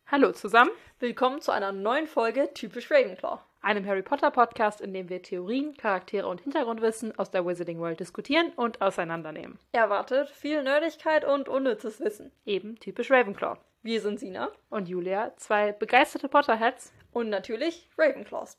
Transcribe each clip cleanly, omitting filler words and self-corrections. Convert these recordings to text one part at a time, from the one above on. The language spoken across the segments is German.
Hallo zusammen, Willkommen zu einer neuen Folge Typisch Ravenclaw. einem Harry Potter Podcast, in dem wir Theorien, Charaktere und Hintergrundwissen aus der Wizarding World diskutieren und auseinandernehmen. Erwartet viel Nerdigkeit und unnützes Wissen. Eben typisch Ravenclaw. Wir sind Sina Und Julia, zwei begeisterte Potterheads. und natürlich Ravenclaws.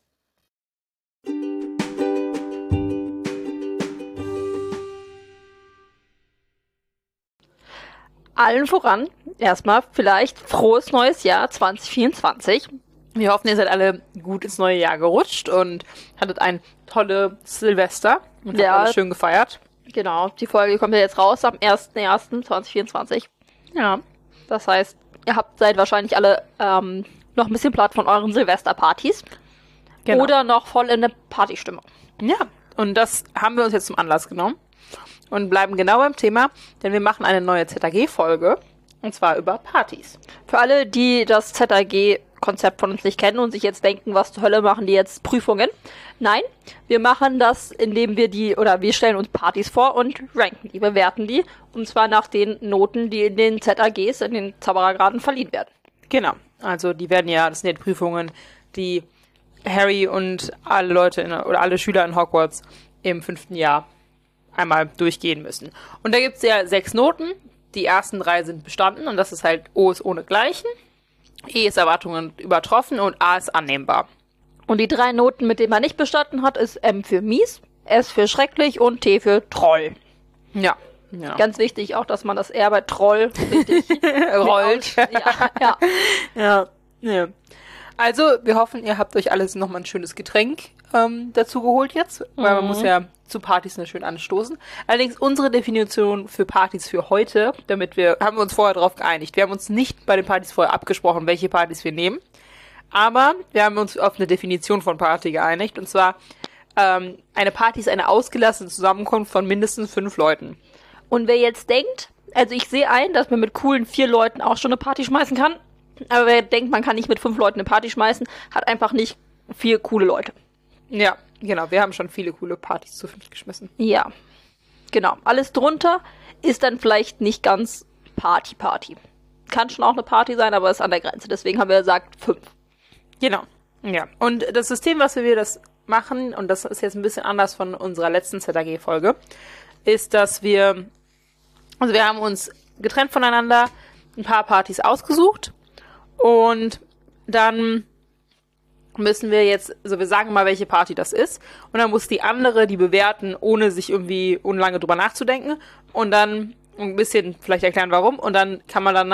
Allen voran erstmal vielleicht frohes neues Jahr 2024. Wir hoffen, ihr seid alle gut ins neue Jahr gerutscht und hattet ein tolles Silvester und habt alles schön gefeiert. Genau, die Folge kommt ja jetzt raus am 01.01.2024. Ja. Das heißt, seid wahrscheinlich alle noch ein bisschen platt von euren Silvesterpartys. Genau. Oder noch voll in der Partystimmung. Ja, und das haben wir uns jetzt zum Anlass genommen und bleiben genau beim Thema, denn wir machen eine neue ZAG-Folge und zwar über Partys. Für alle, die das ZAG-Konzept von uns nicht kennen und sich jetzt denken, was zur Hölle machen die jetzt Prüfungen? Nein, wir machen das, indem wir stellen uns Partys vor und ranken die, bewerten die. Und zwar nach den Noten, die in den ZAGs, in den Zauberergraden verliehen werden. Genau, also das sind ja Prüfungen, die Harry und alle Leute oder alle Schüler in Hogwarts im 5. Jahr einmal durchgehen müssen. Und da gibt es ja 6 Noten. Die ersten 3 sind bestanden und das ist halt O ist ohne Gleichen, E ist Erwartungen übertroffen und A ist annehmbar. Und die 3 Noten, mit denen man nicht bestanden hat, ist M für mies, S für schrecklich und T für Troll. Ja. Ganz wichtig auch, dass man das R bei Troll richtig rollt. Ja. Ja. Also, wir hoffen, ihr habt euch alles nochmal ein schönes Getränk dazu geholt jetzt, weil man muss ja zu Partys schön anstoßen. Allerdings unsere Definition für Partys für heute, haben wir uns vorher darauf geeinigt. Wir haben uns nicht bei den Partys vorher abgesprochen, welche Partys wir nehmen, aber wir haben uns auf eine Definition von Party geeinigt, und zwar eine Party ist eine ausgelassene Zusammenkunft von mindestens 5 Leuten. Und wer jetzt denkt, also ich sehe ein, dass man mit coolen 4 Leuten auch schon eine Party schmeißen kann, aber wer denkt, man kann nicht mit 5 Leuten eine Party schmeißen, hat einfach nicht 4 coole Leute. Ja, genau, wir haben schon viele coole Partys zu 5 geschmissen. Ja, genau. Alles drunter ist dann vielleicht nicht ganz Party. Kann schon auch eine Party sein, aber ist an der Grenze. Deswegen haben wir gesagt 5. Genau, ja. Und das System, was wir das machen, und das ist jetzt ein bisschen anders von unserer letzten ZAG-Folge, ist, dass wir haben uns getrennt voneinander ein paar Partys ausgesucht und dann müssen wir jetzt, wir sagen mal, welche Party das ist, und dann muss die andere die bewerten, ohne sich irgendwie unlange drüber nachzudenken, und dann ein bisschen vielleicht erklären, warum, und dann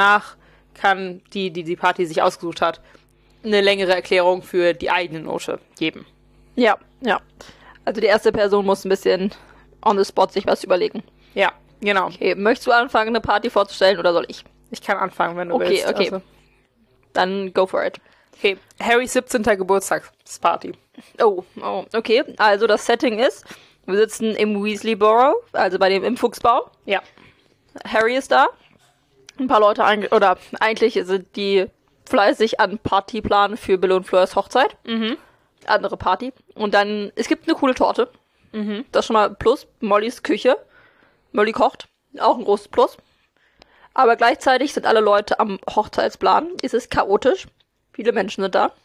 kann die Party sich ausgesucht hat, eine längere Erklärung für die eigene Note geben. Ja. Also die erste Person muss ein bisschen on the spot sich was überlegen. Ja, genau. Okay, möchtest du anfangen, eine Party vorzustellen, oder soll ich? Ich kann anfangen, wenn du willst. Okay. Also. Dann go for it. Okay, Harrys 17. Geburtstagsparty. Oh, okay. Also das Setting ist, wir sitzen im Weasley Burrow, also im Fuchsbau. Ja. Harry ist da. Ein paar Leute, eigentlich sind die fleißig an Partyplan für Bill und Fleurs Hochzeit. Mhm. Andere Party. Und dann, es gibt eine coole Torte. Mhm. Das ist schon mal Plus. Mollys Küche. Molly kocht. Auch ein großes Plus. Aber gleichzeitig sind alle Leute am Hochzeitsplan. Es ist chaotisch. Viele Menschen sind da.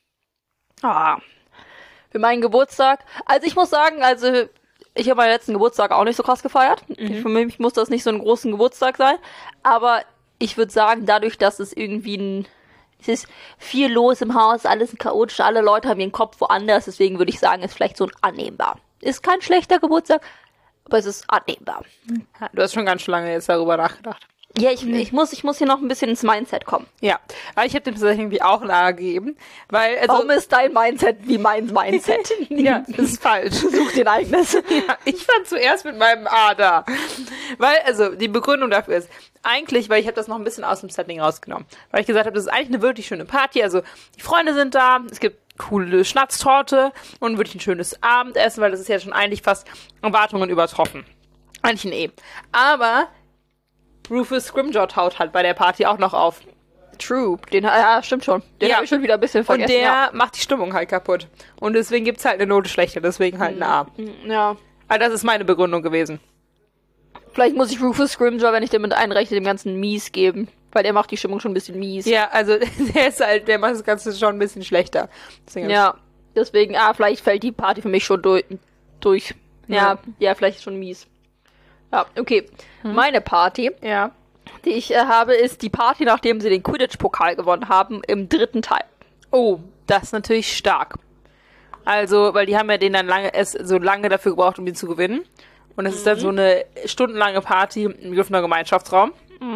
Für meinen Geburtstag. Also ich muss sagen, ich habe meinen letzten Geburtstag auch nicht so krass gefeiert. Mhm. Für mich muss das nicht so ein großen Geburtstag sein. Aber ich würde sagen, dadurch, dass es irgendwie es ist viel los im Haus, alles chaotisch, alle Leute haben ihren Kopf woanders. Deswegen würde ich sagen, ist vielleicht so ein annehmbar. Ist kein schlechter Geburtstag, aber es ist annehmbar. Du hast schon ganz schön lange jetzt darüber nachgedacht. Ja, ich muss hier noch ein bisschen ins Mindset kommen. Ja, aber ich habe dem tatsächlich irgendwie auch nahe gegeben, weil... Warum ist dein Mindset wie mein Mindset? Ja, das ist falsch. Such dir ein eigenes. Ja, ich fand zuerst mit meinem A da. Weil, die Begründung dafür ist, eigentlich, weil ich habe das noch ein bisschen aus dem Setting rausgenommen, weil ich gesagt habe, das ist eigentlich eine wirklich schöne Party, also die Freunde sind da, es gibt coole Schnatztorte und wirklich ein schönes Abendessen, weil das ist ja schon eigentlich fast Erwartungen übertroffen. Eigentlich ein E. Aber Rufus Scrimgeour taut halt bei der Party auch noch auf. True. Stimmt schon. Den habe ich schon wieder ein bisschen vergessen. Und der macht die Stimmung halt kaputt. Und deswegen gibt's halt eine Note schlechter, deswegen halt eine A. Ja. Also das ist meine Begründung gewesen. Vielleicht muss ich Rufus Scrimgeour, wenn ich den mit einrechne, dem ganzen Mies geben. Weil der macht die Stimmung schon ein bisschen mies. Ja, also der macht das Ganze schon ein bisschen schlechter. Deswegen, vielleicht fällt die Party für mich schon durch. Ja, vielleicht schon mies. Ja, okay. Meine Party, die ich habe, ist die Party, nachdem sie den Quidditch-Pokal gewonnen haben, im 3. Teil. Oh, das ist natürlich stark. Also, weil die haben ja den dann so lange dafür gebraucht, um ihn zu gewinnen. Und es ist dann so eine stundenlange Party im Gryffindor Gemeinschaftsraum.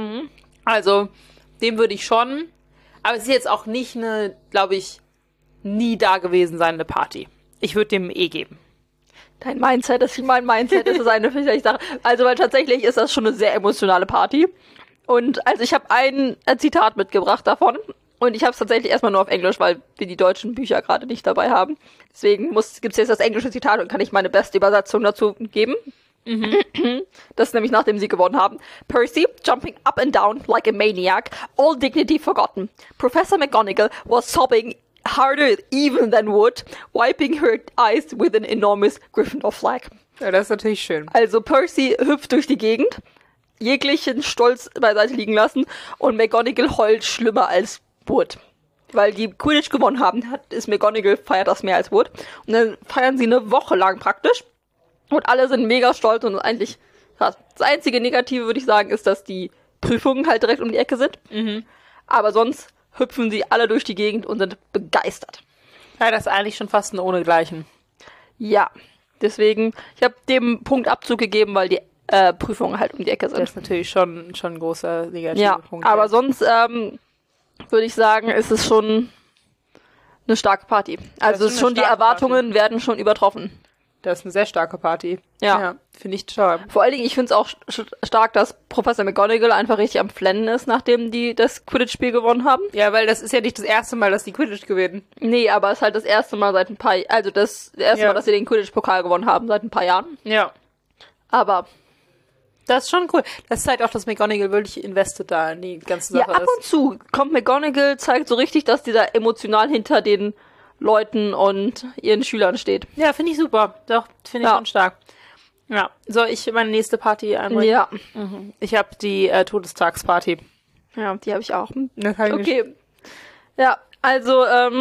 Also, dem würde ich schon. Aber es ist jetzt auch nicht eine, glaube ich, nie da gewesen sein, eine Party. Ich würde dem geben. Dein Mindset ist mein Mindset, das ist eine Sache. Also, weil tatsächlich ist das schon eine sehr emotionale Party. Und also ich habe ein Zitat mitgebracht davon. Und ich habe es tatsächlich erstmal nur auf Englisch, weil wir die deutschen Bücher gerade nicht dabei haben. Deswegen gibt's jetzt das englische Zitat und kann ich meine beste Übersetzung dazu geben. Das ist nämlich nachdem sie gewonnen haben. Percy, jumping up and down like a maniac, all dignity forgotten. Professor McGonagall was sobbing harder even than wood, wiping her eyes with an enormous Gryffindor flag. Ja, das ist natürlich schön. Also Percy hüpft durch die Gegend, jeglichen Stolz beiseite liegen lassen und McGonagall heult schlimmer als Wood. Weil die Quidditch gewonnen haben, ist McGonagall, feiert das mehr als Wood. Und dann feiern sie eine Woche lang praktisch. Und alle sind mega stolz und eigentlich krass. Das einzige Negative, würde ich sagen, ist, dass die Prüfungen halt direkt um die Ecke sind. Aber sonst hüpfen sie alle durch die Gegend und sind begeistert. Ja, das ist eigentlich schon fast ein Ohnegleichen. Ja, deswegen, ich habe dem Punkt Abzug gegeben, weil die Prüfungen halt um die Ecke sind. Das ist natürlich schon ein großer negativer Punkt. Aber sonst würde ich sagen, ist es schon eine starke Party. Also die Erwartungen werden schon übertroffen. Das ist eine sehr starke Party. Ja, finde ich toll. Vor allen Dingen, ich finde es auch stark, dass Professor McGonagall einfach richtig am Flennen ist, nachdem die das Quidditch-Spiel gewonnen haben. Ja, weil das ist ja nicht das erste Mal, dass die Quidditch gewinnen. Nee, aber es ist halt das erste Mal seit ein paar Jahren, also das erste Mal, dass sie den Quidditch-Pokal gewonnen haben, seit ein paar Jahren. Ja. Aber das ist schon cool. Das zeigt auch, dass McGonagall wirklich invested da in die ganze Sache ist. Ja, ab und zu kommt McGonagall, zeigt so richtig, dass die da emotional hinter den Leuten und ihren Schülern steht. Ja, finde ich super. Doch, finde ich schon stark. Ja, soll ich meine nächste Party einbringen? Ja. Ich habe die Todestagsparty. Ja, die habe ich auch. Okay. Ja, also,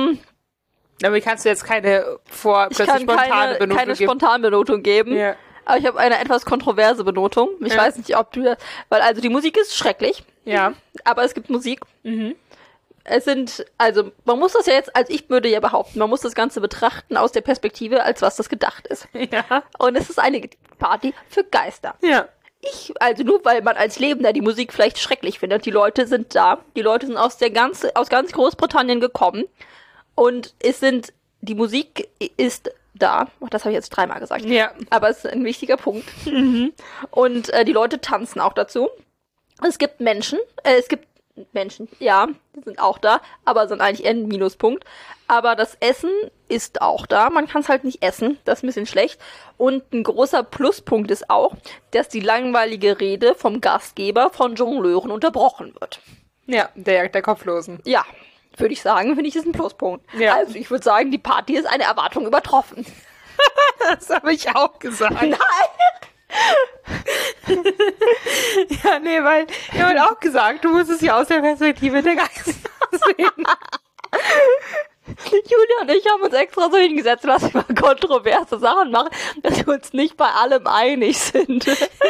aber kannst du jetzt keine spontane Benotung keine Spontanbenotung geben. Ja. Aber ich habe eine etwas kontroverse Benotung. Ich weiß nicht, ob du weil also die Musik ist schrecklich. Ja. Aber es gibt Musik. Man muss das ja jetzt, also ich würde ja behaupten, man muss das Ganze betrachten aus der Perspektive, als was das gedacht ist. Ja. Und es ist eine Party für Geister. Ja. Nur weil man als Lebender die Musik vielleicht schrecklich findet, die Leute sind da, die Leute sind aus ganz Großbritannien gekommen und die Musik ist da. Das habe ich jetzt 3-mal gesagt. Ja. Aber es ist ein wichtiger Punkt. Und die Leute tanzen auch dazu. Es gibt Menschen, ja, die sind auch da, aber sind eigentlich eher ein Minuspunkt. Aber das Essen ist auch da, man kann es halt nicht essen, das ist ein bisschen schlecht. Und ein großer Pluspunkt ist auch, dass die langweilige Rede vom Gastgeber von Jongleuren unterbrochen wird. Ja, der Kopflosen. Ja, würde ich sagen, finde ich, ist ein Pluspunkt. Ja. Also ich würde sagen, die Party ist eine Erwartung übertroffen. Das habe ich auch gesagt. Nein! Ja, nee, weil ich habe auch gesagt, du musst es ja aus der Perspektive der Geister sehen. Julia und ich haben uns extra so hingesetzt, dass wir mal kontroverse Sachen machen, dass wir uns nicht bei allem einig sind.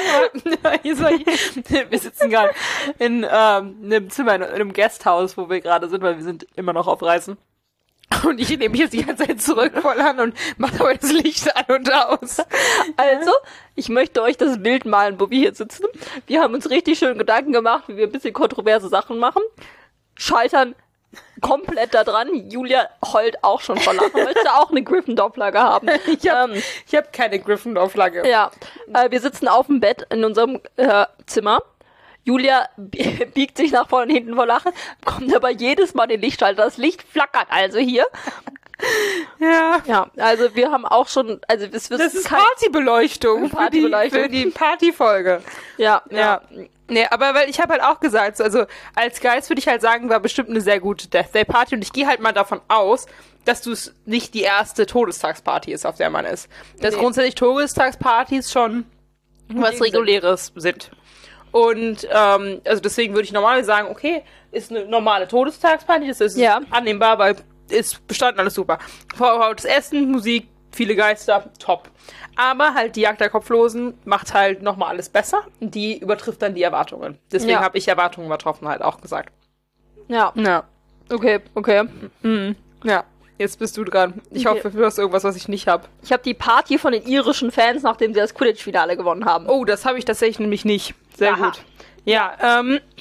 Wir sitzen gerade in einem Zimmer, in einem Guesthouse, wo wir gerade sind, weil wir sind immer noch auf Reisen. Und ich nehme mich jetzt die ganze Zeit zurück voll an und mache aber das Licht an und aus. Also, ich möchte euch das Bild malen, wo wir hier sitzen. Wir haben uns richtig schön Gedanken gemacht, wie wir ein bisschen kontroverse Sachen machen. Scheitern komplett da dran. Julia heult auch schon vor Lachen. Möchte auch eine Gryffindor-Flagge haben. Ich hab keine Gryffindor-Flagge. Ja, wir sitzen auf dem Bett in unserem Zimmer. Julia biegt sich nach vorne und hinten vor Lachen, kommt aber jedes Mal den Lichtschalter. Das Licht flackert also hier. Ja. Ja, also wir haben auch schon, also das ist Partybeleuchtung. Partybeleuchtung. Für die Partyfolge. Ja. Nee, aber weil ich habe halt auch gesagt, also als Geist würde ich halt sagen, war bestimmt eine sehr gute Death Day Party und ich gehe halt mal davon aus, dass du es nicht die erste Todestagsparty ist, auf der man ist. Dass grundsätzlich Todestagspartys schon was Reguläres sind. Und also deswegen würde ich normalerweise sagen, okay, ist eine normale Todestagsparty, das ist annehmbar, weil ist bestanden, alles super. Vorhautes Essen, Musik, viele Geister, top. Aber halt die Jagd der Kopflosen macht halt nochmal alles besser. Die übertrifft dann die Erwartungen. Deswegen habe ich Erwartungen übertroffen halt auch gesagt. Ja. Okay. Mhm. Ja, jetzt bist du dran. Ich hoffe, du hast irgendwas, was ich nicht habe. Ich habe die Party von den irischen Fans, nachdem sie das Quidditch-Finale gewonnen haben. Oh, das habe ich tatsächlich nämlich nicht. Sehr gut. Ja,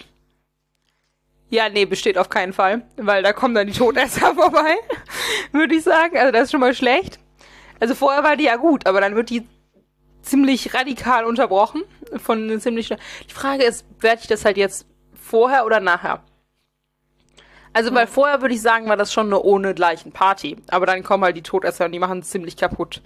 ja, nee, besteht auf keinen Fall. Weil da kommen dann die Todesser vorbei, würde ich sagen. Also das ist schon mal schlecht. Also vorher war die ja gut, aber dann wird die ziemlich radikal unterbrochen von ziemlich. Die Frage ist, werde ich das halt jetzt vorher oder nachher? Also weil vorher würde ich sagen, war das schon eine ohnegleichen Party, aber dann kommen halt die Todesser und die machen es ziemlich kaputt.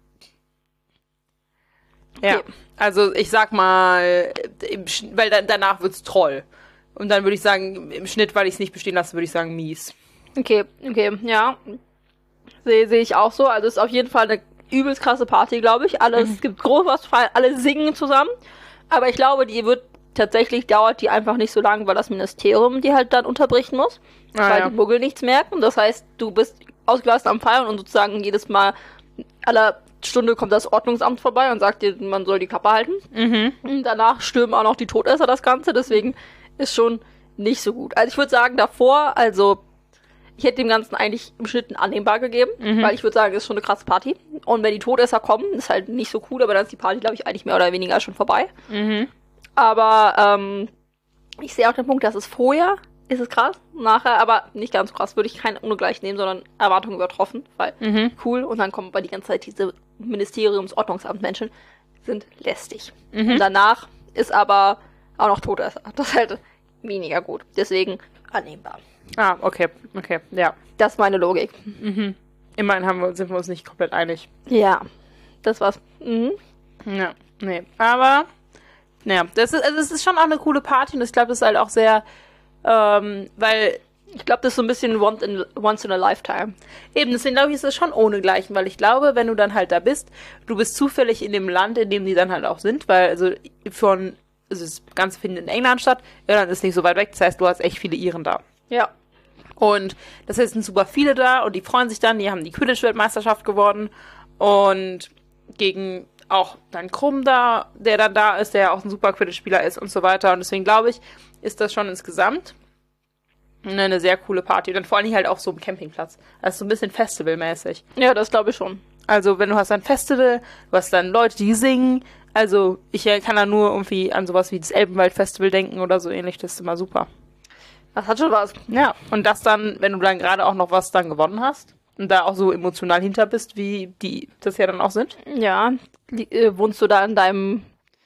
Ja, also ich sag mal, weil danach wird's Troll. Und dann würde ich sagen, im Schnitt, weil ich es nicht bestehen lasse, würde ich sagen mies. Okay, ja. Sehe ich auch so. Also es ist auf jeden Fall eine übelst krasse Party, glaube ich. Es gibt groß was frei, alle singen zusammen. Aber ich glaube, dauert die einfach nicht so lang, weil das Ministerium die halt dann unterbrechen muss. Weil die Muggel nichts merken. Das heißt, du bist ausgelassen am Feiern und sozusagen jedes Mal, aller Stunde kommt das Ordnungsamt vorbei und sagt dir, man soll die Kappe halten. Und danach stürmen auch noch die Todesser das Ganze. Deswegen ist schon nicht so gut. Also ich würde sagen, davor, ich hätte dem Ganzen eigentlich im Schnitt ein annehmbar gegeben, weil ich würde sagen, es ist schon eine krasse Party. Und wenn die Todesser kommen, ist halt nicht so cool, aber dann ist die Party, glaube ich, eigentlich mehr oder weniger schon vorbei. Aber ich sehe auch den Punkt, dass es vorher ist es krass, nachher aber nicht ganz krass, würde ich kein Ohnegleich nehmen, sondern Erwartungen übertroffen, weil cool. Und dann kommen bei die ganze Zeit diese Ministeriums-Ordnungsamt-Menschen, sind lästig. Und danach ist aber auch noch Todesser. Das ist halt weniger gut. Deswegen annehmbar. Ah, okay, ja. Das ist meine Logik. Immerhin sind wir uns nicht komplett einig. Ja, das war's. Ja, nee. Aber, naja, es ist schon auch eine coole Party und ich glaube, das ist halt auch sehr, weil ich glaube, das ist so ein bisschen once in a lifetime. Eben, deswegen glaube ich, ist es schon ohnegleichen, weil ich glaube, wenn du dann halt da bist, du bist zufällig in dem Land, in dem die dann halt auch sind, weil das Ganze findet in England statt, Irland ist nicht so weit weg, das heißt, du hast echt viele Iren da. Ja. Und das heißt, es sind super viele da und die freuen sich dann, die haben die Quidditch-Weltmeisterschaft gewonnen und gegen auch dann Krumm da, der dann da ist, der ja auch ein super Quidditch-Spieler ist und so weiter. Und deswegen glaube ich, ist das schon insgesamt eine sehr coole Party. Und dann vor allem halt auch so im Campingplatz. Also so ein bisschen festivalmäßig. Ja, das glaube ich schon. Also wenn du hast ein Festival, du hast dann Leute, die singen. Also ich kann da nur irgendwie an sowas wie das Elbenwald-Festival denken oder so ähnlich. Das ist immer super. Das hat schon was. Ja, und das dann, wenn du dann gerade auch noch was dann gewonnen hast und da auch so emotional hinter bist, wie die das ja dann auch sind. Ja, wohnst du da in deinem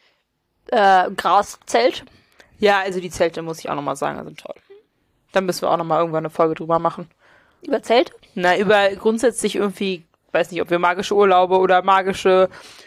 Graszelt? Ja, also die Zelte, muss ich auch nochmal sagen, sind toll. Dann müssen wir auch nochmal irgendwann eine Folge drüber machen. Über Zelte? Na, über grundsätzlich irgendwie, weiß nicht, ob wir magische Urlaube oder magische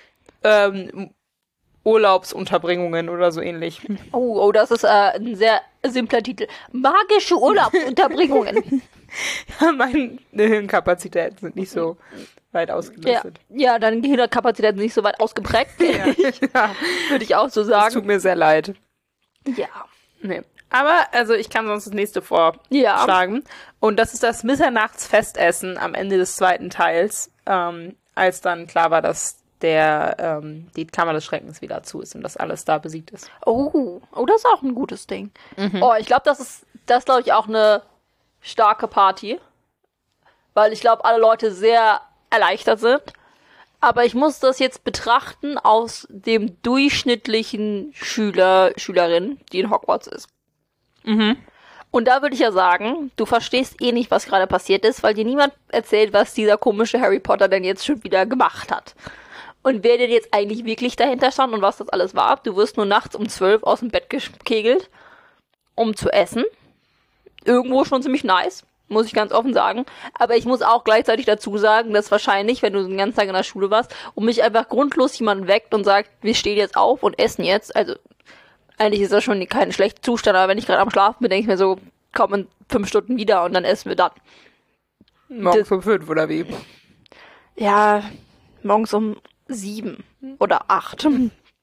Urlaubsunterbringungen oder so ähnlich. Oh, das ist ein sehr simpler Titel. Magische Urlaubsunterbringungen. Ja, meine Hirnkapazitäten sind nicht so weit ausgelastet. Ja, deine Gehirnkapazitäten sind nicht so weit ausgeprägt. Ja. Würde ich auch so sagen. Es tut mir sehr leid. Ja. Nee. Aber, also ich kann sonst das nächste vorschlagen. Und das ist das Mitternachtsfestessen am Ende des zweiten Teils, als dann klar war, dass die Kammer des Schreckens wieder zu ist und dass alles da besiegt ist. Oh, das ist auch ein gutes Ding. Oh, ich glaube, das ist glaube ich auch eine starke Party, weil ich glaube, alle Leute sehr erleichtert sind. Aber ich muss das jetzt betrachten aus dem durchschnittlichen Schülerin, die in Hogwarts ist. Und da würde ich ja sagen, du verstehst eh nicht, was gerade passiert ist, weil dir niemand erzählt, was dieser komische Harry Potter denn jetzt schon wieder gemacht hat. Und wer denn jetzt eigentlich wirklich dahinter stand und was das alles war. Du wirst nur nachts um 12 aus dem Bett gekegelt, um zu essen. Irgendwo schon ziemlich nice, muss ich ganz offen sagen. Aber ich muss auch gleichzeitig dazu sagen, dass wahrscheinlich, wenn du den ganzen Tag in der Schule warst und mich einfach grundlos jemand weckt und sagt, wir stehen jetzt auf und essen jetzt, also eigentlich ist das schon kein schlechter Zustand, aber wenn ich gerade am Schlafen bin, denke ich mir so, komm in 5 Stunden wieder und dann essen wir dann. Morgens um 5 oder wie? Ja, morgens um 7 oder 8.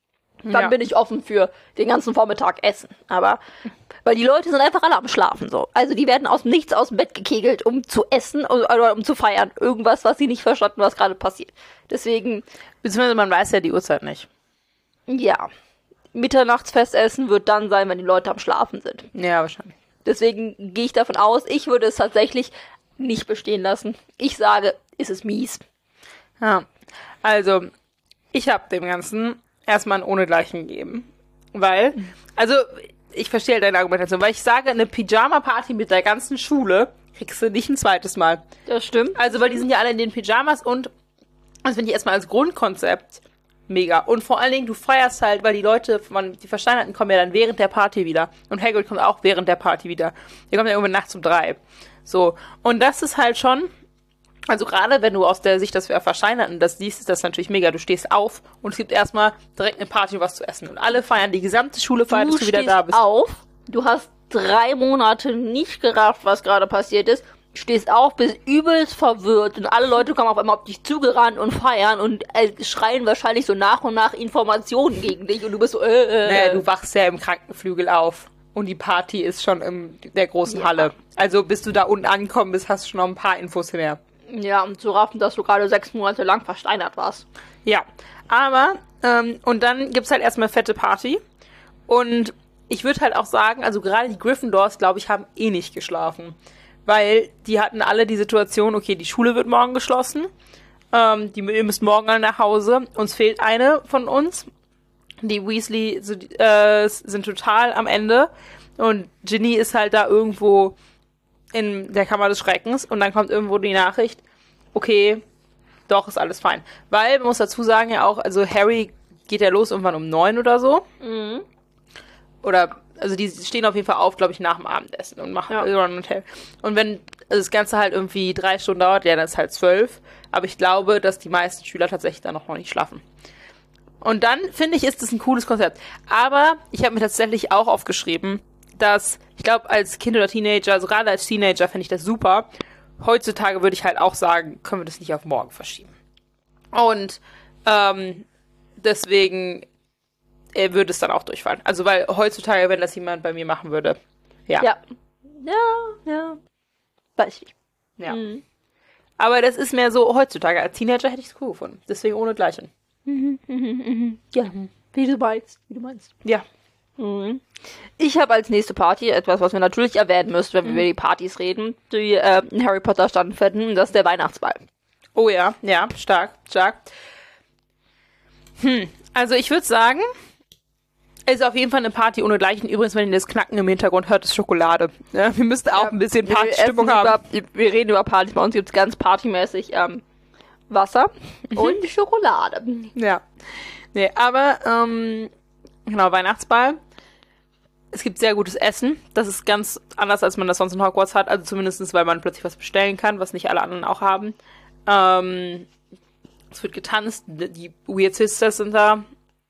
Dann bin ich offen für den ganzen Vormittag Essen. Aber, weil die Leute sind einfach alle am Schlafen, so. Also die werden aus dem Nichts aus dem Bett gekegelt, um zu essen oder um zu feiern. Irgendwas, was sie nicht verstanden, was gerade passiert. Deswegen. Beziehungsweise man weiß ja die Uhrzeit nicht. Ja. Mitternachtsfestessen wird dann sein, wenn die Leute am Schlafen sind. Ja, wahrscheinlich. Deswegen gehe ich davon aus, ich würde es tatsächlich nicht bestehen lassen. Ich sage, ist es mies. Ja, also ich habe dem Ganzen erstmal ein Ohnegleichen gegeben. Weil, also ich verstehe deine Argumentation, weil ich sage, eine Pyjama-Party mit der ganzen Schule kriegst du nicht ein zweites Mal. Das stimmt. Also, weil die sind ja alle in den Pyjamas und das finde ich erstmal als Grundkonzept mega. Und vor allen Dingen, du feierst halt, weil die Leute, die Versteinerten kommen ja dann während der Party wieder. Und Hagrid kommt auch während der Party wieder. Die kommen ja irgendwann nachts um 3. So. Und das ist halt schon, also gerade wenn du aus der Sicht des Versteinerten das siehst, ist das natürlich mega. Du stehst auf und es gibt erstmal direkt eine Party und was zu essen. Und alle feiern, die gesamte Schule feiert, dass du wieder da bist. Du stehst auf, du hast 3 Monate nicht gerafft, was gerade passiert ist. Stehst auf, bist übelst verwirrt und alle Leute kommen auf einmal auf dich zugerannt und feiern und schreien wahrscheinlich so nach und nach Informationen gegen dich und du bist so, Naja, du wachst ja im Krankenflügel auf und die Party ist schon in der großen Halle. Also bis du da unten angekommen bist, hast du schon noch ein paar Infos mehr. Ja, um zu raffen, dass du gerade 6 Monate lang versteinert warst. Ja, aber, und dann gibt's halt erstmal fette Party und ich würde halt auch sagen, also gerade die Gryffindors, glaube ich, haben eh nicht geschlafen. Weil die hatten alle die Situation, okay, die Schule wird morgen geschlossen, ihr müsst morgen alle nach Hause, uns fehlt eine von uns, die Weasley sind total am Ende und Ginny ist halt da irgendwo in der Kammer des Schreckens und dann kommt irgendwo die Nachricht, okay, doch, ist alles fein. Weil, man muss dazu sagen ja auch, also Harry geht ja los irgendwann um 9 oder so. Mhm. Oder, also die stehen auf jeden Fall auf, glaube ich, nach dem Abendessen und machen ein Hotel. Und wenn das Ganze halt irgendwie 3 Stunden dauert, ja, dann ist halt 12. Aber ich glaube, dass die meisten Schüler tatsächlich dann noch nicht schlafen. Und dann, finde ich, ist das ein cooles Konzept. Aber ich habe mir tatsächlich auch aufgeschrieben, dass, ich glaube, als Kind oder Teenager, also gerade als Teenager fände ich das super. Heutzutage würde ich halt auch sagen, können wir das nicht auf morgen verschieben. Und deswegen würde es dann auch durchfallen. Also, weil heutzutage, wenn das jemand bei mir machen würde, ja. Weiß ich. Ja. Mhm. Aber das ist mehr so heutzutage. Als Teenager hätte ich es cool gefunden. Deswegen ohne Gleichen. Ja, wie du meinst. Ja. Mhm. Ich habe als nächste Party etwas, was wir natürlich erwähnen müssen, wenn wir über die Partys reden, die Harry Potter stattfinden, das ist der Weihnachtsball. Oh ja, ja, stark. Also ich würde sagen, es ist auf jeden Fall eine Party ohne Gleichen. Übrigens, wenn ihr das Knacken im Hintergrund hört, ist Schokolade. Ja, wir müssten auch ein bisschen Partystimmung haben. Wir reden über Partys, bei uns gibt es ganz partymäßig Wasser und Schokolade. Ja. Nee, aber, genau, Weihnachtsball. Es gibt sehr gutes Essen. Das ist ganz anders, als man das sonst in Hogwarts hat. Also zumindest, weil man plötzlich was bestellen kann, was nicht alle anderen auch haben. Es wird getanzt. Die Weird Sisters sind da.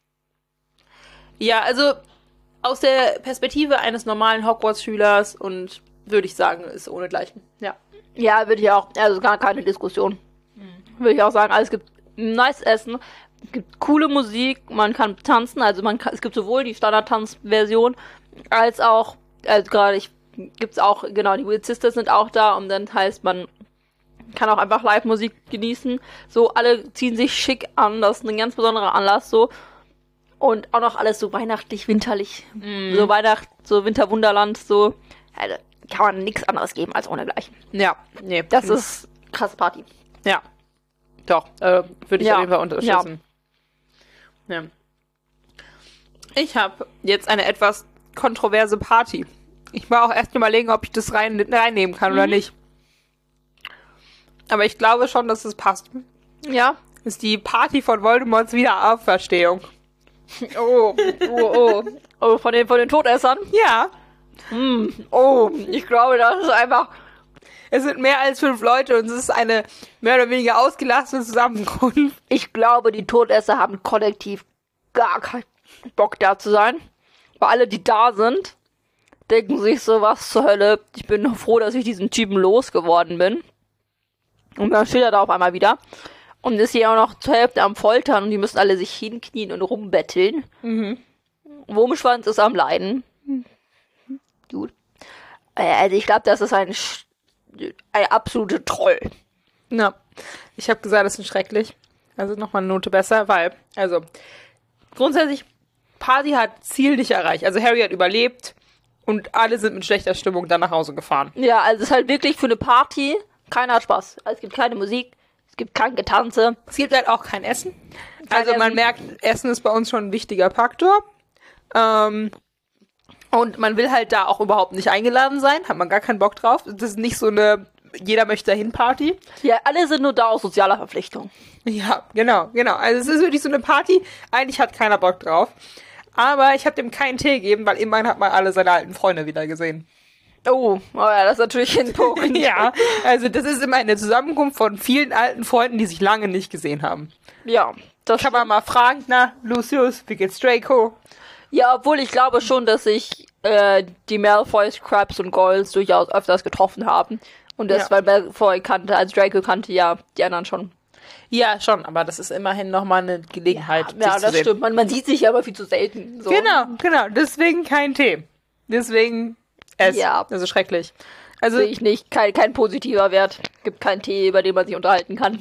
Ja, also aus der Perspektive eines normalen Hogwarts-Schülers und würde ich sagen, ist ohne Gleichen. Ja. Ja, würde ich auch. Also gar keine Diskussion. Würde ich auch sagen. Also es gibt nice Essen. Es gibt coole Musik, man kann tanzen, also es gibt sowohl die Standard-Tanz-Version, als auch, also gerade gibt's auch, genau, die Weird Sisters sind auch da und dann heißt, man kann auch einfach Live-Musik genießen, so, alle ziehen sich schick an, das ist ein ganz besonderer Anlass, so, und auch noch alles so weihnachtlich, winterlich, so Winterwunderland, so, also, kann man nichts anderes geben als ohnegleichen. Ja, nee. Das ist krasse Party. Ja. Doch, würde ich auf jeden Fall unterstützen. Ja. Ich habe jetzt eine etwas kontroverse Party. Ich war auch erst überlegen, ob ich das reinnehmen kann oder nicht. Aber ich glaube schon, dass es passt. Ja. Das ist die Party von Voldemorts Wiederauferstehung. Oh, von den Todessern? Ja. Oh, ich glaube, das ist einfach... Es sind mehr als 5 Leute und es ist eine mehr oder weniger ausgelassene Zusammenkunft. Ich glaube, die Todesser haben kollektiv gar keinen Bock da zu sein. Weil alle, die da sind, denken sich so, was zur Hölle. Ich bin froh, dass ich diesen Typen losgeworden bin. Und dann steht er da auf einmal wieder. Und ist hier auch noch zur Hälfte am Foltern und die müssen alle sich hinknien und rumbetteln. Wurmschwanz ist am Leiden. Gut. Also ich glaube, das ist ein absoluter Troll. Ja, ich habe gesagt, das ist schrecklich. Also nochmal eine Note besser, weil, also, grundsätzlich, Party hat Ziel nicht erreicht. Also Harry hat überlebt und alle sind mit schlechter Stimmung dann nach Hause gefahren. Ja, also es ist halt wirklich für eine Party, keiner hat Spaß. Also es gibt keine Musik, es gibt kein Getanze. Es gibt halt auch kein Essen. Also man merkt, Essen ist bei uns schon ein wichtiger Faktor. Und man will halt da auch überhaupt nicht eingeladen sein, hat man gar keinen Bock drauf. Das ist nicht so eine jeder möchte dahin Party. Ja, alle sind nur da aus sozialer Verpflichtung. Ja, genau. Also es ist wirklich so eine Party, eigentlich hat keiner Bock drauf. Aber ich habe dem keinen Tee gegeben, weil immerhin hat man alle seine alten Freunde wieder gesehen. Oh ja, das ist natürlich ein Punkt. Ja, also das ist immer eine Zusammenkunft von vielen alten Freunden, die sich lange nicht gesehen haben. Ja, das kann man mal fragen, na, Lucius, wie geht's Draco? Ja, obwohl ich glaube schon, dass sich die Malfoys, Crabs und Goyles durchaus öfters getroffen haben. Und das, weil Malfoy kannte, als Draco kannte ja die anderen schon. Ja, schon, aber das ist immerhin nochmal eine Gelegenheit, sich ja, zu das sehen. stimmt. Man sieht sich aber viel zu selten. So. Genau. Deswegen kein Tee. Deswegen Ja. Also schrecklich. Also sehe ich nicht. Kein positiver Wert. Gibt keinen Tee, über den man sich unterhalten kann.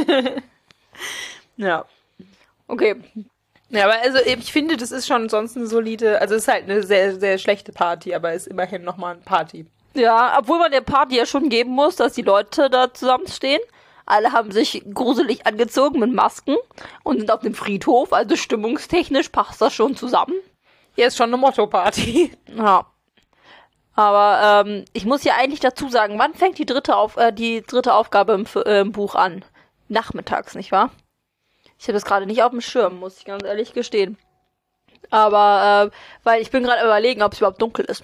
Ja. Okay. Ja, aber also ich finde, das ist schon sonst eine solide, also es ist halt eine sehr, sehr schlechte Party, aber es ist immerhin nochmal eine Party. Ja, obwohl man der Party ja schon geben muss, dass die Leute da zusammenstehen. Alle haben sich gruselig angezogen mit Masken und sind auf dem Friedhof, also stimmungstechnisch passt das schon zusammen. Ja, ist schon eine Motto-Party. Ja. Aber ich muss ja eigentlich dazu sagen, wann fängt die dritte Aufgabe im Buch an? Nachmittags, nicht wahr? Ich habe das gerade nicht auf dem Schirm, muss ich ganz ehrlich gestehen. Aber, weil ich bin gerade überlegen, ob es überhaupt dunkel ist.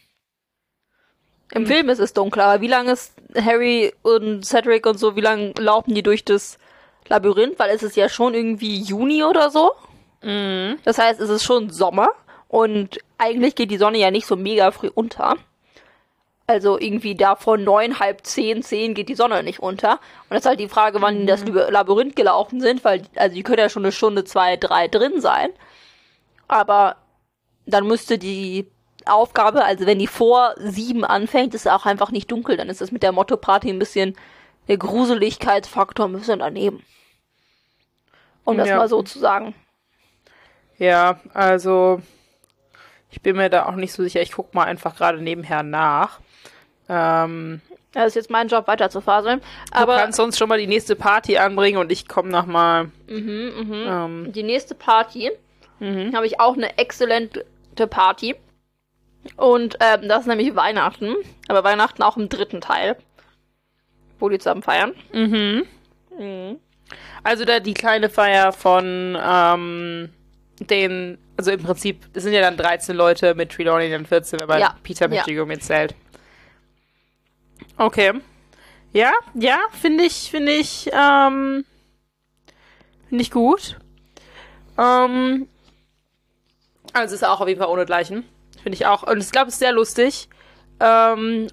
Im Film ist es dunkler, aber wie lange ist Harry und Cedric und so, wie lange laufen die durch das Labyrinth? Weil es ist ja schon irgendwie Juni oder so. Mhm. Das heißt, es ist schon Sommer und eigentlich geht die Sonne ja nicht so mega früh unter. Also irgendwie da von 9, halb 10 geht die Sonne nicht unter. Und das ist halt die Frage, wann die das Labyrinth gelaufen sind, weil, also die können ja schon eine Stunde, 2, 3 drin sein. Aber dann müsste die Aufgabe, also wenn die vor 7 anfängt, ist auch einfach nicht dunkel. Dann ist das mit der Motto-Party ein bisschen, der Gruseligkeitsfaktor ein bisschen daneben. Um das mal so zu sagen. Ja, also ich bin mir da auch nicht so sicher. Ich guck mal einfach gerade nebenher nach. Das ist jetzt mein Job, weiter zu faseln. Aber du kannst sonst schon mal die nächste Party anbringen und ich komme nochmal. Die nächste Party habe ich auch eine exzellente Party. Und das ist nämlich Weihnachten. Aber Weihnachten auch im 3. Teil. Wo die zusammen feiern. Also da die kleine Feier von also im Prinzip, es sind ja dann 13 Leute mit Trelawney dann 14, wenn man Peter Pettigrew mitzählt. Okay. Ja, finde ich gut. Also ist auch auf jeden Fall ohnegleichen. Finde ich auch. Und ich glaube, es ist sehr lustig. Und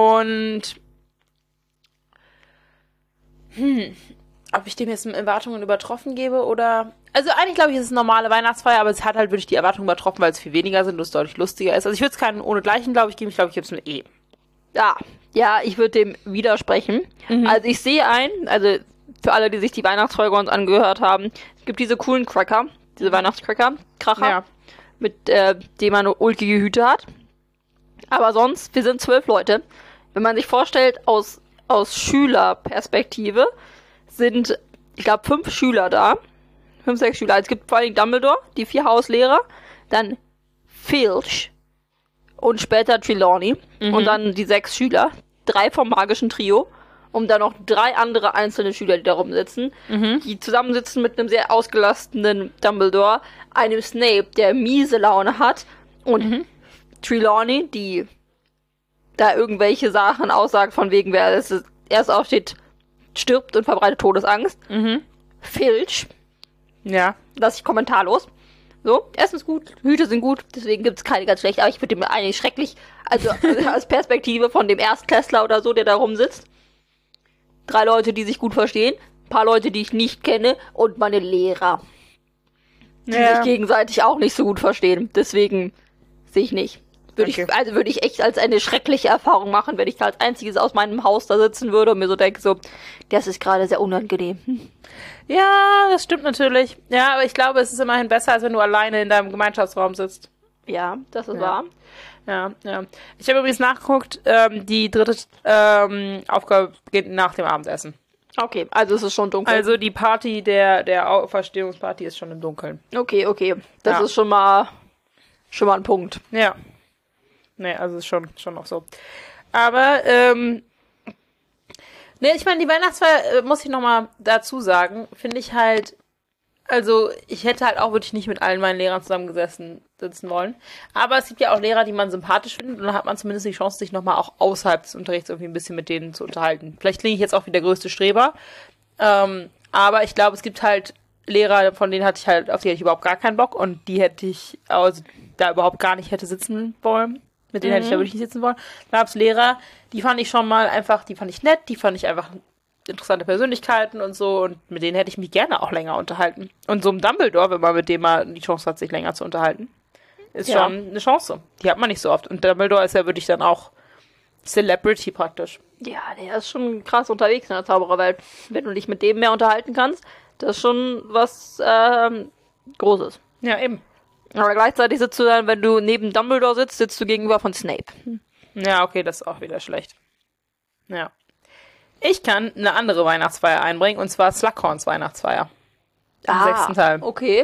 ob ich dem jetzt Erwartungen übertroffen gebe oder... Also eigentlich glaube ich, ist es eine normale Weihnachtsfeier, aber es hat halt wirklich die Erwartungen übertroffen, weil es viel weniger sind und es deutlich lustiger ist. Also ich würde es keinen ohnegleichen, glaube ich, geben. Ich glaube, ich gebe es ein E. Ja, ich würde dem widersprechen. Also ich sehe also für alle, die sich die Weihnachtsfolge uns angehört haben, es gibt diese coolen Cracker, diese Weihnachtscracker, Kracher, mit dem man ulkige Hüte hat. Aber sonst, wir sind 12 Leute. Wenn man sich vorstellt, aus Schülerperspektive sind, ich glaube, 5 Schüler da. 5, 6 Schüler. Es gibt vor allem Dumbledore, die 4 Hauslehrer, dann Filch und später Trelawney und dann die 6 Schüler, 3 vom magischen Trio und dann noch 3 andere einzelne Schüler, die da rumsitzen, die zusammensitzen mit einem sehr ausgelasteten Dumbledore, einem Snape, der miese Laune hat und Trelawney, die da irgendwelche Sachen aussagt von wegen, wer erst aufsteht, stirbt und verbreitet Todesangst. Filch, lasse ich kommentarlos. So, Essen ist gut, Hüte sind gut, deswegen gibt es keine ganz schlecht, aber ich finde mir eigentlich schrecklich, also als Perspektive von dem Erstklässler oder so, der da rumsitzt. 3 Leute, die sich gut verstehen. paar Leute, die ich nicht kenne und meine Lehrer, die sich gegenseitig auch nicht so gut verstehen. Deswegen sehe ich nicht. Würde ich echt als eine schreckliche Erfahrung machen, wenn ich da als einziges aus meinem Haus da sitzen würde und mir so denke, so, das ist gerade sehr unangenehm. Ja, das stimmt natürlich. Ja, aber ich glaube, es ist immerhin besser, als wenn du alleine in deinem Gemeinschaftsraum sitzt. Ja, das ist wahr. Ja. Ich habe übrigens nachgeguckt, die dritte Aufgabe beginnt nach dem Abendessen. Okay, also es ist schon dunkel. Also die Party der Auferstehungsparty ist schon im Dunkeln. Okay. Das ist schon mal ein Punkt. Ja. Nee, also ist schon noch so. Aber, ich meine, die Weihnachtsfeier, muss ich nochmal dazu sagen, finde ich halt, also ich hätte halt auch wirklich nicht mit allen meinen Lehrern sitzen wollen. Aber es gibt ja auch Lehrer, die man sympathisch findet und dann hat man zumindest die Chance, sich nochmal auch außerhalb des Unterrichts irgendwie ein bisschen mit denen zu unterhalten. Vielleicht klinge ich jetzt auch wie der größte Streber, aber ich glaube, es gibt halt Lehrer, auf die hatte ich überhaupt gar keinen Bock und die hätte ich also da überhaupt gar nicht hätte sitzen wollen. Mit denen hätte ich da wirklich nicht sitzen wollen. Dann gab es Lehrer, die fand ich schon mal einfach, die fand ich nett, die fand ich einfach interessante Persönlichkeiten und so und mit denen hätte ich mich gerne auch länger unterhalten. Und so ein Dumbledore, wenn man mit dem mal die Chance hat, sich länger zu unterhalten, ist schon eine Chance. Die hat man nicht so oft. Und Dumbledore ist ja wirklich dann auch Celebrity praktisch. Ja, der ist schon krass unterwegs in der Zaubererwelt. Wenn du dich mit dem mehr unterhalten kannst, das ist schon was Großes. Ja, eben. Aber gleichzeitig sitzt du dann, wenn du neben Dumbledore sitzt, sitzt du gegenüber von Snape. Ja, okay, das ist auch wieder schlecht. Ja. Ich kann eine andere Weihnachtsfeier einbringen, und zwar Slughorns Weihnachtsfeier. Im 6. Teil. Okay.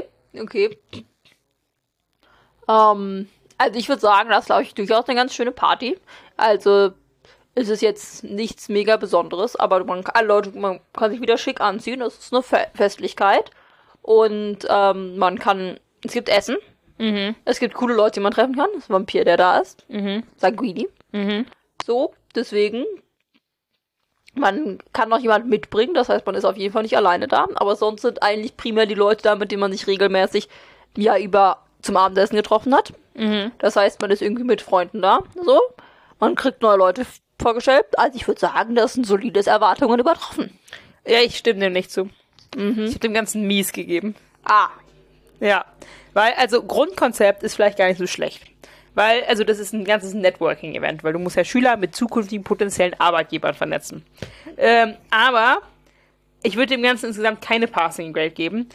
Also ich würde sagen, das ist, glaube ich, durchaus eine ganz schöne Party. Also es ist jetzt nichts mega Besonderes, aber man kann sich wieder schick anziehen. Das ist eine Festlichkeit. Und es gibt Essen. Mhm. Es gibt coole Leute, die man treffen kann. Das ist ein Vampir, der da ist. Mhm. Sanguini. Mhm. So, deswegen. Man kann noch jemanden mitbringen, das heißt, man ist auf jeden Fall nicht alleine da. Aber sonst sind eigentlich primär die Leute da, mit denen man sich regelmäßig über zum Abendessen getroffen hat. Mhm. Das heißt, man ist irgendwie mit Freunden da. So. Man kriegt neue Leute vorgestellt. Also ich würde sagen, das sind solides Erwartungen übertroffen. Ja, ich stimme dem nicht zu. Mhm. Ich habe dem Ganzen mies gegeben. Ja, weil, also Grundkonzept ist vielleicht gar nicht so schlecht. Weil, also das ist ein ganzes Networking-Event, weil du musst ja Schüler mit zukünftigen potenziellen Arbeitgebern vernetzen. Aber ich würde dem Ganzen insgesamt keine Passing Grade geben,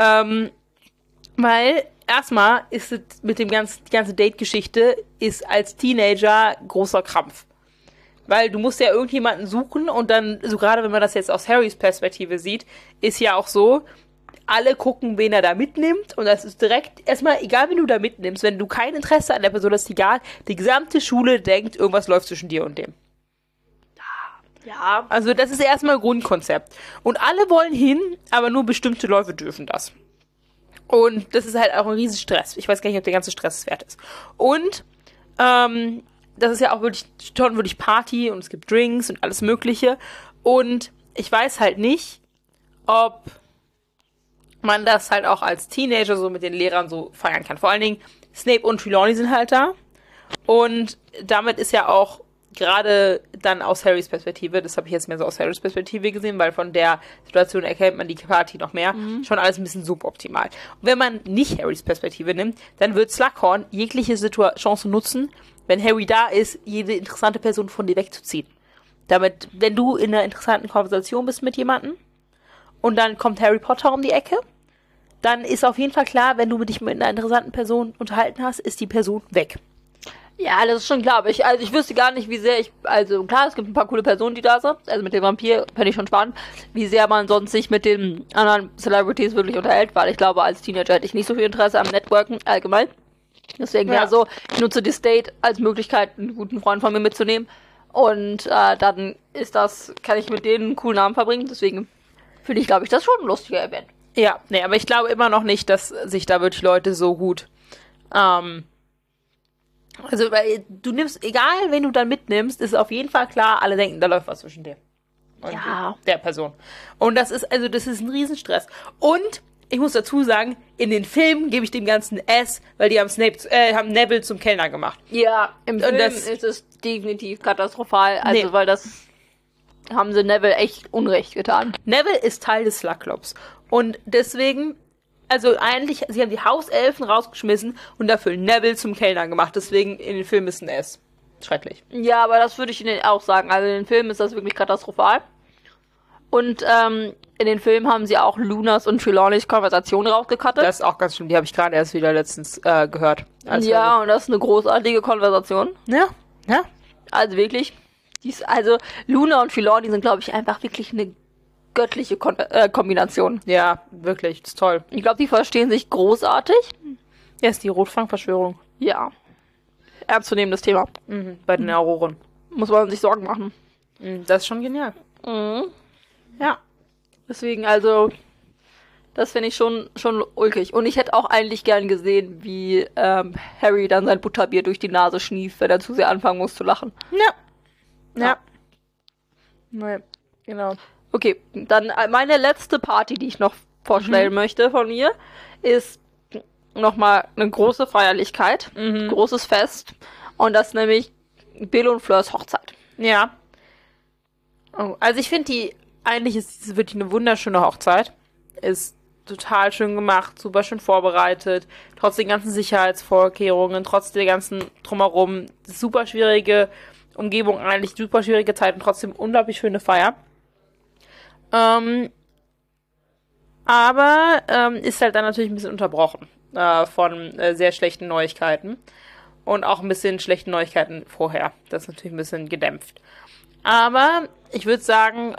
weil erstmal ist es mit dem die ganze Date-Geschichte ist als Teenager großer Krampf. Weil du musst ja irgendjemanden suchen und dann, so gerade wenn man das jetzt aus Harrys Perspektive sieht, ist ja auch so, alle gucken, wen er da mitnimmt und das ist direkt, erstmal, egal wen du da mitnimmst, wenn du kein Interesse an der Person hast, egal, die gesamte Schule denkt, irgendwas läuft zwischen dir und dem. Ja. Also das ist erstmal Grundkonzept. Und alle wollen hin, aber nur bestimmte Leute dürfen das. Und das ist halt auch ein riesen Stress. Ich weiß gar nicht, ob der ganze Stress es wert ist. Und, das ist ja auch wirklich Party und es gibt Drinks und alles Mögliche. Und ich weiß halt nicht, ob man das halt auch als Teenager so mit den Lehrern so feiern kann. Vor allen Dingen, Snape und Trelawney sind halt da. Und damit ist ja auch gerade dann aus Harrys Perspektive, das habe ich jetzt mehr so aus Harrys Perspektive gesehen, weil von der Situation erkennt man die Party noch mehr, schon alles ein bisschen suboptimal. Und wenn man nicht Harrys Perspektive nimmt, dann wird Slughorn jegliche Chance nutzen, wenn Harry da ist, jede interessante Person von dir wegzuziehen. Damit, wenn du in einer interessanten Konversation bist mit jemandem und dann kommt Harry Potter um die Ecke, dann ist auf jeden Fall klar, wenn du dich mit einer interessanten Person unterhalten hast, ist die Person weg. Ja, das ist schon klar. Aber ich wüsste gar nicht, wie sehr also klar, es gibt ein paar coole Personen, die da sind. Also mit dem Vampir fände ich schon spannend, wie sehr man sonst sich mit den anderen Celebrities wirklich unterhält, weil ich glaube, als Teenager hätte ich nicht so viel Interesse am Networken allgemein. Deswegen ich nutze das Date als Möglichkeit, einen guten Freund von mir mitzunehmen. Und dann kann ich mit denen einen coolen Abend verbringen. Deswegen finde ich, glaube ich, das schon ein lustiger Event. Ja, nee, aber ich glaube immer noch nicht, dass sich da wirklich Leute so gut, also, weil du nimmst, egal wen du dann mitnimmst, ist auf jeden Fall klar, alle denken, da läuft was zwischen dir und der Person. Und das ist ein Riesenstress. Und ich muss dazu sagen, in den Filmen gebe ich dem Ganzen S, weil die haben Neville zum Kellner gemacht. Ja, im Film ist es definitiv katastrophal, also weil das haben sie Neville echt Unrecht getan. Neville ist Teil des Slugclubs. Und deswegen, also eigentlich, sie haben die Hauselfen rausgeschmissen und dafür Neville zum Kellner gemacht. Deswegen in den Film ist ein S. Schrecklich. Ja, aber das würde ich Ihnen auch sagen. Also in den Filmen ist das wirklich katastrophal. Und in den Filmen haben sie auch Lunas und Trelawneys Konversation rausgekattet. Das ist auch ganz schlimm. Die habe ich gerade erst wieder letztens gehört. Ja, und das ist eine großartige Konversation. Ja, ja. Also wirklich. Also Luna und Trelawney sind, glaube ich, einfach wirklich eine göttliche Kombination. Ja, wirklich. Das ist toll. Ich glaube, die verstehen sich großartig. Ja, ist die Rotfang-Verschwörung. Ja. Ernstzunehmendes Thema. Mhm, bei den Auroren. Muss man sich Sorgen machen. Das ist schon genial. Mhm. Ja. Deswegen, also, das finde ich schon ulkig. Und ich hätte auch eigentlich gern gesehen, wie Harry dann sein Butterbier durch die Nase schnieft, wenn er zu sehr anfangen muss zu lachen. Ja. Ja, genau. Okay, dann meine letzte Party, die ich noch vorstellen möchte von mir, ist nochmal eine große Feierlichkeit, großes Fest. Und das ist nämlich Bill und Fleurs Hochzeit. Ja. Oh, also ich finde eigentlich ist es wirklich eine wunderschöne Hochzeit. Ist total schön gemacht, super schön vorbereitet, trotz den ganzen Sicherheitsvorkehrungen, trotz der ganzen Drumherum, super schwierige Umgebung eigentlich, super schwierige Zeit und trotzdem unglaublich schöne Feier. Aber ist halt dann natürlich ein bisschen unterbrochen von sehr schlechten Neuigkeiten und auch ein bisschen schlechten Neuigkeiten vorher. Das ist natürlich ein bisschen gedämpft. Aber ich würde sagen,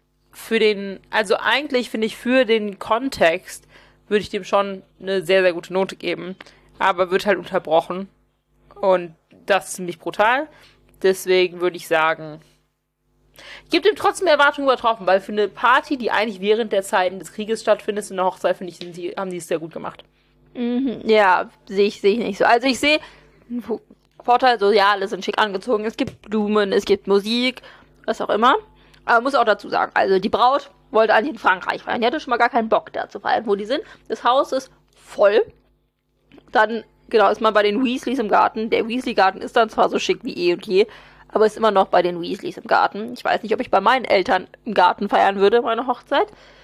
also eigentlich finde ich für den Kontext würde ich dem schon eine sehr, sehr gute Note geben. Aber wird halt unterbrochen. Und das ist ziemlich brutal. Deswegen würde ich sagen, ich gebe dem trotzdem Erwartungen übertroffen, weil für eine Party, die eigentlich während der Zeiten des Krieges stattfindet, in der Hochzeit, finde ich, haben die es sehr gut gemacht. Ja, sehe ich nicht so. Also ich sehe einen Vorteil, so ja, alle sind schick angezogen, es gibt Blumen, es gibt Musik, was auch immer. Aber muss auch dazu sagen, also die Braut wollte eigentlich in Frankreich feiern. Die hatte schon mal gar keinen Bock da zu feiern, wo die sind. Das Haus ist voll. Dann, genau, ist man bei den Weasleys im Garten. Der Weasley-Garten ist dann zwar so schick wie eh und je, aber ist immer noch bei den Weasleys im Garten. Ich weiß nicht, ob ich bei meinen Eltern im Garten feiern würde, meine Hochzeit.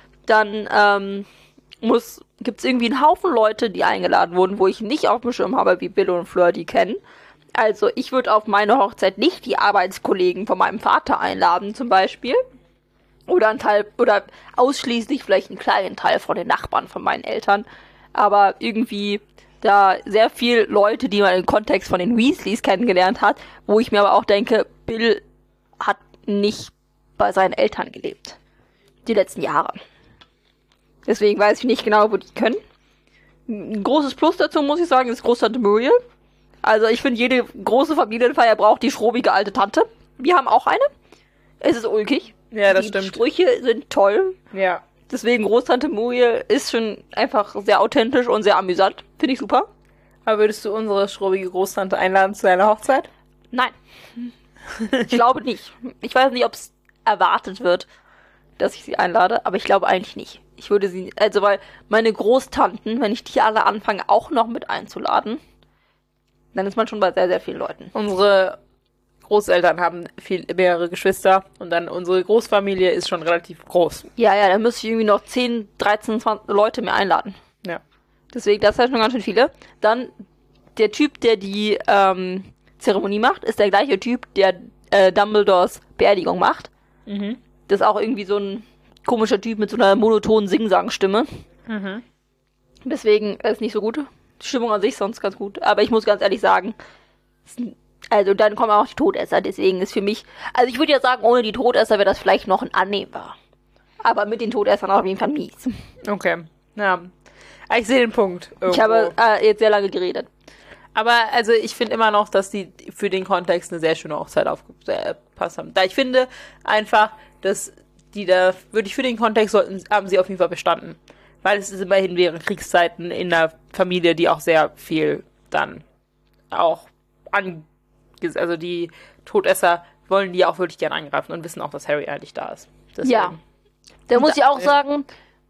Dann gibt's irgendwie einen Haufen Leute, die eingeladen wurden, wo ich nicht auf dem Schirm habe, wie Bill und Fleur die kennen. Also ich würde auf meine Hochzeit nicht die Arbeitskollegen von meinem Vater einladen, zum Beispiel. Oder ausschließlich vielleicht einen kleinen Teil von den Nachbarn von meinen Eltern. Aber irgendwie da sehr viel Leute, die man im Kontext von den Weasleys kennengelernt hat, wo ich mir aber auch denke, Bill hat nicht bei seinen Eltern gelebt. Die letzten Jahre. Deswegen weiß ich nicht genau, wo die können. Ein großes Plus dazu, muss ich sagen, ist Großtante Muriel. Also ich finde, jede große Familienfeier braucht die schrobige alte Tante. Wir haben auch eine. Es ist ulkig. Ja, das stimmt. Die Sprüche sind toll. Ja. Deswegen Großtante Muriel ist schon einfach sehr authentisch und sehr amüsant. Finde ich super. Aber würdest du unsere schrobige Großtante einladen zu deiner Hochzeit? Nein. Ich glaube nicht. Ich weiß nicht, ob es erwartet wird, dass ich sie einlade, aber ich glaube eigentlich nicht. Ich würde sie, also weil meine Großtanten, wenn ich die alle anfange, auch noch mit einzuladen, dann ist man schon bei sehr, sehr vielen Leuten. Unsere Großeltern haben mehrere Geschwister und dann unsere Großfamilie ist schon relativ groß. Ja, dann müsste ich irgendwie noch 10, 13, 20 Leute mehr einladen. Ja. Deswegen, das sind schon ganz schön viele. Dann, der Typ, der die Zeremonie macht, ist der gleiche Typ, der Dumbledores Beerdigung macht. Mhm. Das ist auch irgendwie so ein komischer Typ mit so einer monotonen Sing-Sang-Stimme. Mhm. Deswegen ist nicht so gut. Die Stimmung an sich sonst ganz gut. Aber ich muss ganz ehrlich sagen, also dann kommen auch die Todesser. Deswegen ist für mich, also ich würde ja sagen, ohne die Todesser wäre das vielleicht noch ein annehmbar. Aber mit den Todessern auf jeden Fall mies. Okay, ja. Ich sehe den Punkt. Irgendwo. Ich habe jetzt sehr lange geredet. Aber also ich finde immer noch, dass die für den Kontext eine sehr schöne Hochzeit aufgepasst haben. Da ich finde einfach, dass die da wirklich für den Kontext haben sie auf jeden Fall bestanden. Weil es ist immerhin während Kriegszeiten in einer Familie, die auch sehr viel dann auch also die Todesser wollen die auch wirklich gerne angreifen und wissen auch, dass Harry eigentlich da ist. Deswegen. Ja. Da muss ich auch sagen,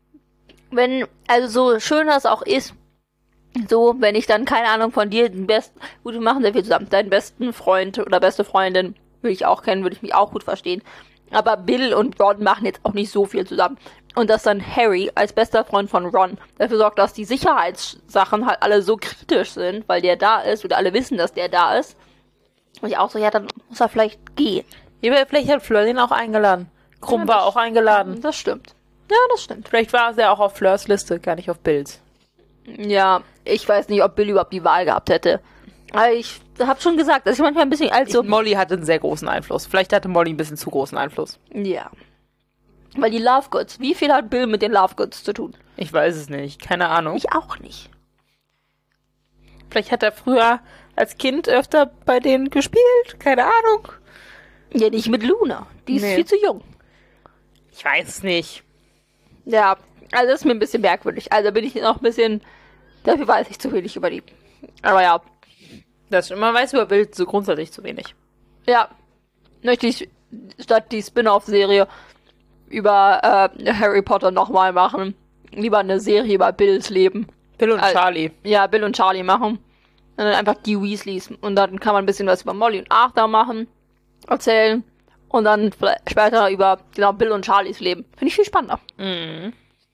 also so schön das auch ist, so, wenn ich dann, keine Ahnung, von dir gut, wir machen sehr viel zusammen, deinen besten Freund oder beste Freundin würde ich auch kennen, würde ich mich auch gut verstehen. Aber Bill und Ron machen jetzt auch nicht so viel zusammen. Und dass dann Harry als bester Freund von Ron dafür sorgt, dass die Sicherheitssachen halt alle so kritisch sind, weil der da ist oder alle wissen, dass der da ist. Und ich auch so, ja, dann muss er vielleicht gehen. Ja, vielleicht hat Fleur den auch eingeladen. Krumm war auch eingeladen. Das stimmt. Ja, das stimmt. Vielleicht war er auch auf Fleurs Liste, gar nicht auf Bills. Ja, ich weiß nicht, ob Bill überhaupt die Wahl gehabt hätte. Aber ich habe schon gesagt, dass ich manchmal ein bisschen Molly hatte einen sehr großen Einfluss. Vielleicht hatte Molly ein bisschen zu großen Einfluss. Ja. Weil die Lovegoods, wie viel hat Bill mit den Lovegoods zu tun? Ich weiß es nicht, keine Ahnung. Ich auch nicht. Vielleicht hat er früher als Kind öfter bei denen gespielt, keine Ahnung. Ja, nicht mit Luna. Die ist viel zu jung. Ich weiß es nicht. Ja, also das ist mir ein bisschen merkwürdig. Also bin ich noch ein bisschen, dafür weiß ich zu wenig über die. Aber ja. Man weiß über Bill so grundsätzlich zu wenig. Ja, möchte ich statt die Spin-off-Serie über Harry Potter nochmal machen. Lieber eine Serie über Bills Leben. Bill und Charlie. Ja, Bill und Charlie machen. Und dann einfach die Weasleys. Und dann kann man ein bisschen was über Molly und Arthur machen. Erzählen. Und dann später über Bill und Charlies Leben. Finde ich viel spannender. Mhm.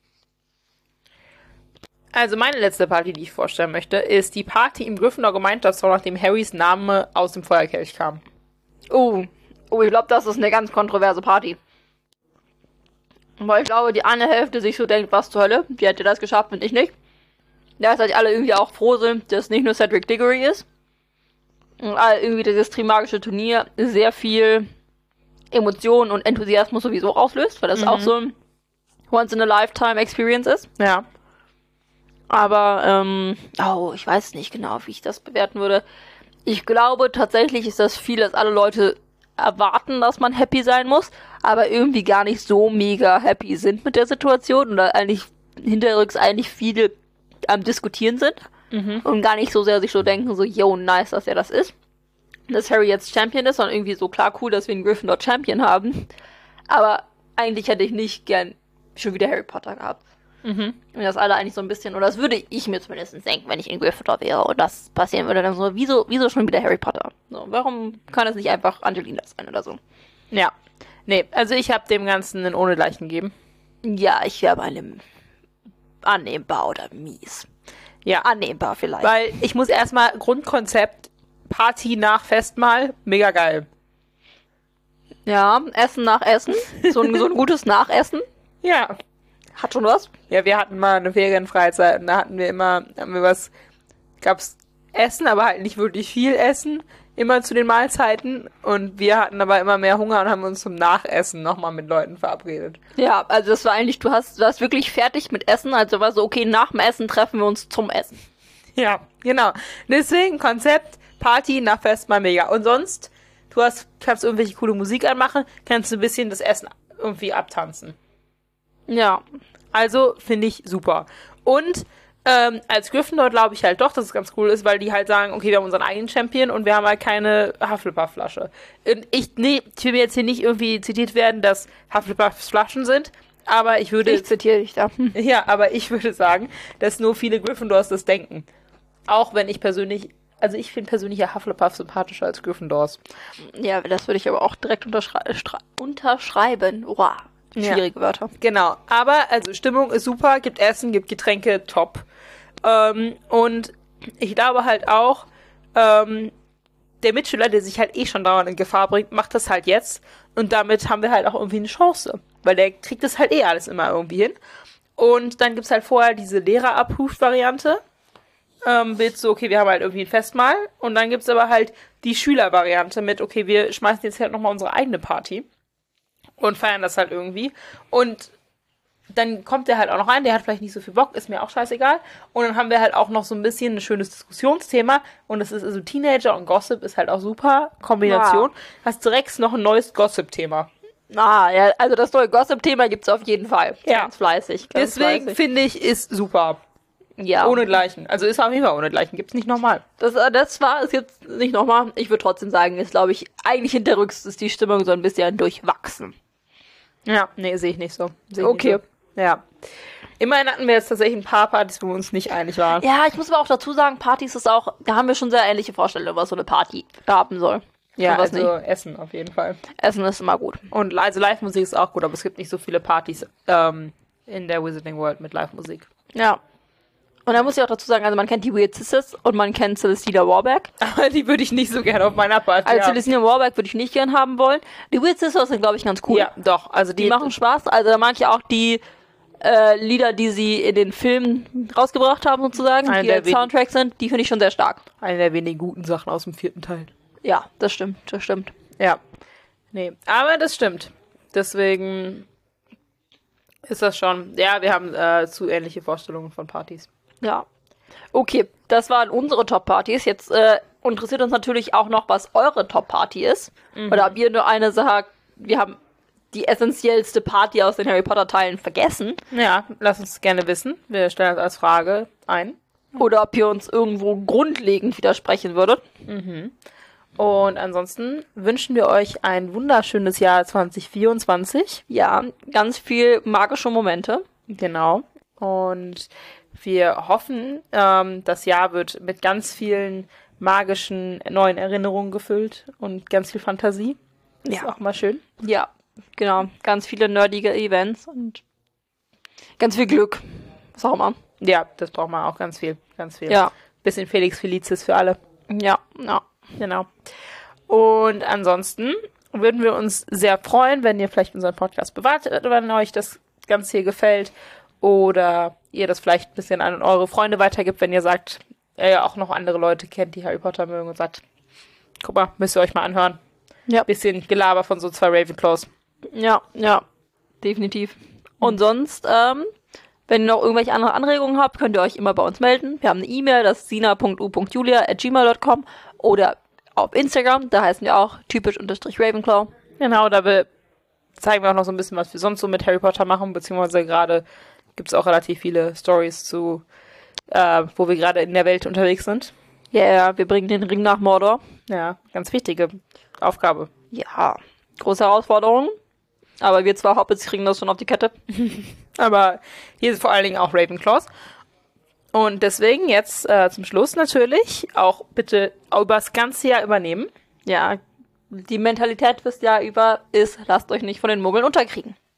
Also meine letzte Party, die ich vorstellen möchte, ist die Party im Gryffindor-Gemeinschaftsraum, nachdem Harrys Name aus dem Feuerkelch kam. Oh, ich glaube, das ist eine ganz kontroverse Party. Weil ich glaube, die eine Hälfte sich so denkt, was zur Hölle, wie hätte das geschafft und ich nicht. Da ist halt alle irgendwie auch froh sind, dass nicht nur Cedric Diggory ist. Und irgendwie dieses Trimagische Turnier sehr viel Emotionen und Enthusiasmus sowieso auslöst, weil das auch so ein Once-in-a-Lifetime-Experience ist. Ja. Aber, ich weiß nicht genau, wie ich das bewerten würde. Ich glaube tatsächlich ist das viel, dass alle Leute erwarten, dass man happy sein muss, aber irgendwie gar nicht so mega happy sind mit der Situation oder eigentlich hinterrücks eigentlich viele am Diskutieren sind und gar nicht so sehr sich so denken, so, yo, nice, dass er das ist. Dass Harry jetzt Champion ist und irgendwie so klar cool, dass wir einen Gryffindor Champion haben. Aber eigentlich hätte ich nicht gern schon wieder Harry Potter gehabt. Und das alle eigentlich so ein bisschen, oder das würde ich mir zumindest denken, wenn ich in Gryffindor wäre und das passieren würde, dann so, wieso schon wieder Harry Potter? So, warum kann es nicht einfach Angelina sein oder so? Ja. Nee, also ich habe dem Ganzen einen Ohnegleichen gegeben. Ja, ich wäre bei einem annehmbar oder mies. Ja. Annehmbar vielleicht. Weil ich muss erstmal Grundkonzept, Party nach Festmahl, mega geil. Ja, Essen nach Essen. So ein gutes Nachessen. Ja. Hat schon was? Ja, wir hatten mal eine Ferienfreizeit und da gab's Essen, aber halt nicht wirklich viel Essen, immer zu den Mahlzeiten und wir hatten aber immer mehr Hunger und haben uns zum Nachessen nochmal mit Leuten verabredet. Ja, also das war eigentlich, du warst wirklich fertig mit Essen, also war so, okay, nach dem Essen treffen wir uns zum Essen. Ja, genau. Deswegen Konzept, Party nach Festmahl mega. Und sonst, kannst irgendwelche coole Musik anmachen, kannst du ein bisschen das Essen irgendwie abtanzen. Ja. Also finde ich super. Und als Gryffindor glaube ich halt doch, dass es ganz cool ist, weil die halt sagen, okay, wir haben unseren eigenen Champion und wir haben halt keine Hufflepuff-Flasche. Und ich will mir jetzt hier nicht irgendwie zitiert werden, dass Hufflepuffs Flaschen sind, aber ich zitiere dich da. Ja, aber ich würde sagen, dass nur viele Gryffindors das denken. Auch wenn ich finde persönlich ja Hufflepuff sympathischer als Gryffindors. Ja, das würde ich aber auch direkt unterschreiben. Wow. Schwierige Wörter. Genau, aber also Stimmung ist super, gibt Essen, gibt Getränke, top. Und ich glaube halt auch, der Mitschüler, der sich halt schon dauernd in Gefahr bringt, macht das halt jetzt. Und damit haben wir halt auch irgendwie eine Chance. Weil der kriegt das halt alles immer irgendwie hin. Und dann gibt's halt vorher diese Lehrer-Approved-Variante. Mit so, okay, wir haben halt irgendwie ein Festmahl. Und dann gibt's aber halt die Schüler-Variante mit, okay, wir schmeißen jetzt halt nochmal unsere eigene Party. Und feiern das halt irgendwie. Und dann kommt der halt auch noch rein, der hat vielleicht nicht so viel Bock, ist mir auch scheißegal. Und dann haben wir halt auch noch so ein bisschen ein schönes Diskussionsthema. Und das ist also Teenager und Gossip ist halt auch super. Kombination. Ja. Hast direkt noch ein neues Gossip-Thema. Ja, also das neue Gossip-Thema gibt's auf jeden Fall. Ja. Ganz fleißig. Deswegen finde ich, ist super. Ja. Ohnegleichen. Also ist auf jeden Fall ohnegleichen. Gibt's nicht nochmal. Das war es jetzt nicht nochmal. Ich würde trotzdem sagen, ist, glaube ich, eigentlich hinterrücks ist die Stimmung so ein bisschen durchwachsen. Ja, nee, sehe ich nicht so. Okay. Nicht so. Ja. Immerhin hatten wir jetzt tatsächlich ein paar Partys, wo wir uns nicht einig waren. Ja, ich muss aber auch dazu sagen, Partys ist auch, da haben wir schon sehr ähnliche Vorstellungen, was so eine Party haben soll. Ja, was also Essen auf jeden Fall. Essen ist immer gut. Und also Live-Musik ist auch gut, aber es gibt nicht so viele Partys in der Wizarding World mit Live-Musik. Ja. Und da muss ich auch dazu sagen, also man kennt die Weird Sisters und man kennt Celestina Warbeck. Aber die würde ich nicht so gerne auf meiner Party Also haben. Celestina Warbeck würde ich nicht gern haben wollen. Die Weird Sisters sind, glaube ich, ganz cool. Ja, doch. Also Die machen Spaß. Also da mag ich auch die Lieder, die sie in den Filmen rausgebracht haben, sozusagen, Eine die der als Soundtrack sind, die finde ich schon sehr stark. eine der wenigen guten Sachen aus dem 4. Teil. Ja, das stimmt, das stimmt. Ja. Nee, aber das stimmt. Deswegen ist das schon, ja, wir haben zu ähnliche Vorstellungen von Partys. Ja. Okay, das waren unsere Top-Partys. Jetzt interessiert uns natürlich auch noch, was eure Top-Party ist. Oder ob ihr nur eine sagt, wir haben die essentiellste Party aus den Harry Potter-Teilen vergessen. Ja, lasst uns gerne wissen. Wir stellen das als Frage ein. Oder ob ihr uns irgendwo grundlegend widersprechen würdet. Und ansonsten wünschen wir euch ein wunderschönes Jahr 2024. Ja, ganz viel magische Momente. Genau. Und wir hoffen, das Jahr wird mit ganz vielen magischen neuen Erinnerungen gefüllt und ganz viel Fantasie. Ist auch mal schön. Ja, genau. Ganz viele nerdige Events und ganz viel Glück. Was auch immer. Ja, das braucht man auch ganz viel. Ganz viel. Ja. Bisschen Felix Felicis für alle. Ja, ja. Genau. Und ansonsten würden wir uns sehr freuen, wenn ihr vielleicht unseren Podcast bewertet, wenn euch das Ganze hier gefällt. Oder ihr das vielleicht ein bisschen an eure Freunde weitergibt, wenn ihr sagt, ihr auch noch andere Leute kennt, die Harry Potter mögen und sagt, guck mal, müsst ihr euch mal anhören. Ja. Bisschen Gelaber von so 2 Ravenclaws. Ja, ja. Definitiv. Und sonst, wenn ihr noch irgendwelche andere Anregungen habt, könnt ihr euch immer bei uns melden. Wir haben eine E-Mail, das ist sina.u.julia@gmail.com oder auf Instagram, da heißen wir auch typisch_Ravenclaw. Genau, da zeigen wir auch noch so ein bisschen, was wir sonst so mit Harry Potter machen, beziehungsweise gerade gibt es auch relativ viele Stories zu, wo wir gerade in der Welt unterwegs sind. Ja, yeah, wir bringen den Ring nach Mordor. Ja, ganz wichtige Aufgabe. Ja, große Herausforderung. Aber wir 2 Hobbits kriegen das schon auf die Kette. Aber hier sind vor allen Dingen auch Ravenclaws. Und deswegen jetzt zum Schluss natürlich auch bitte übers ganze Jahr übernehmen. Ja, die Mentalität fürs Jahr über ist, lasst euch nicht von den Muggeln unterkriegen.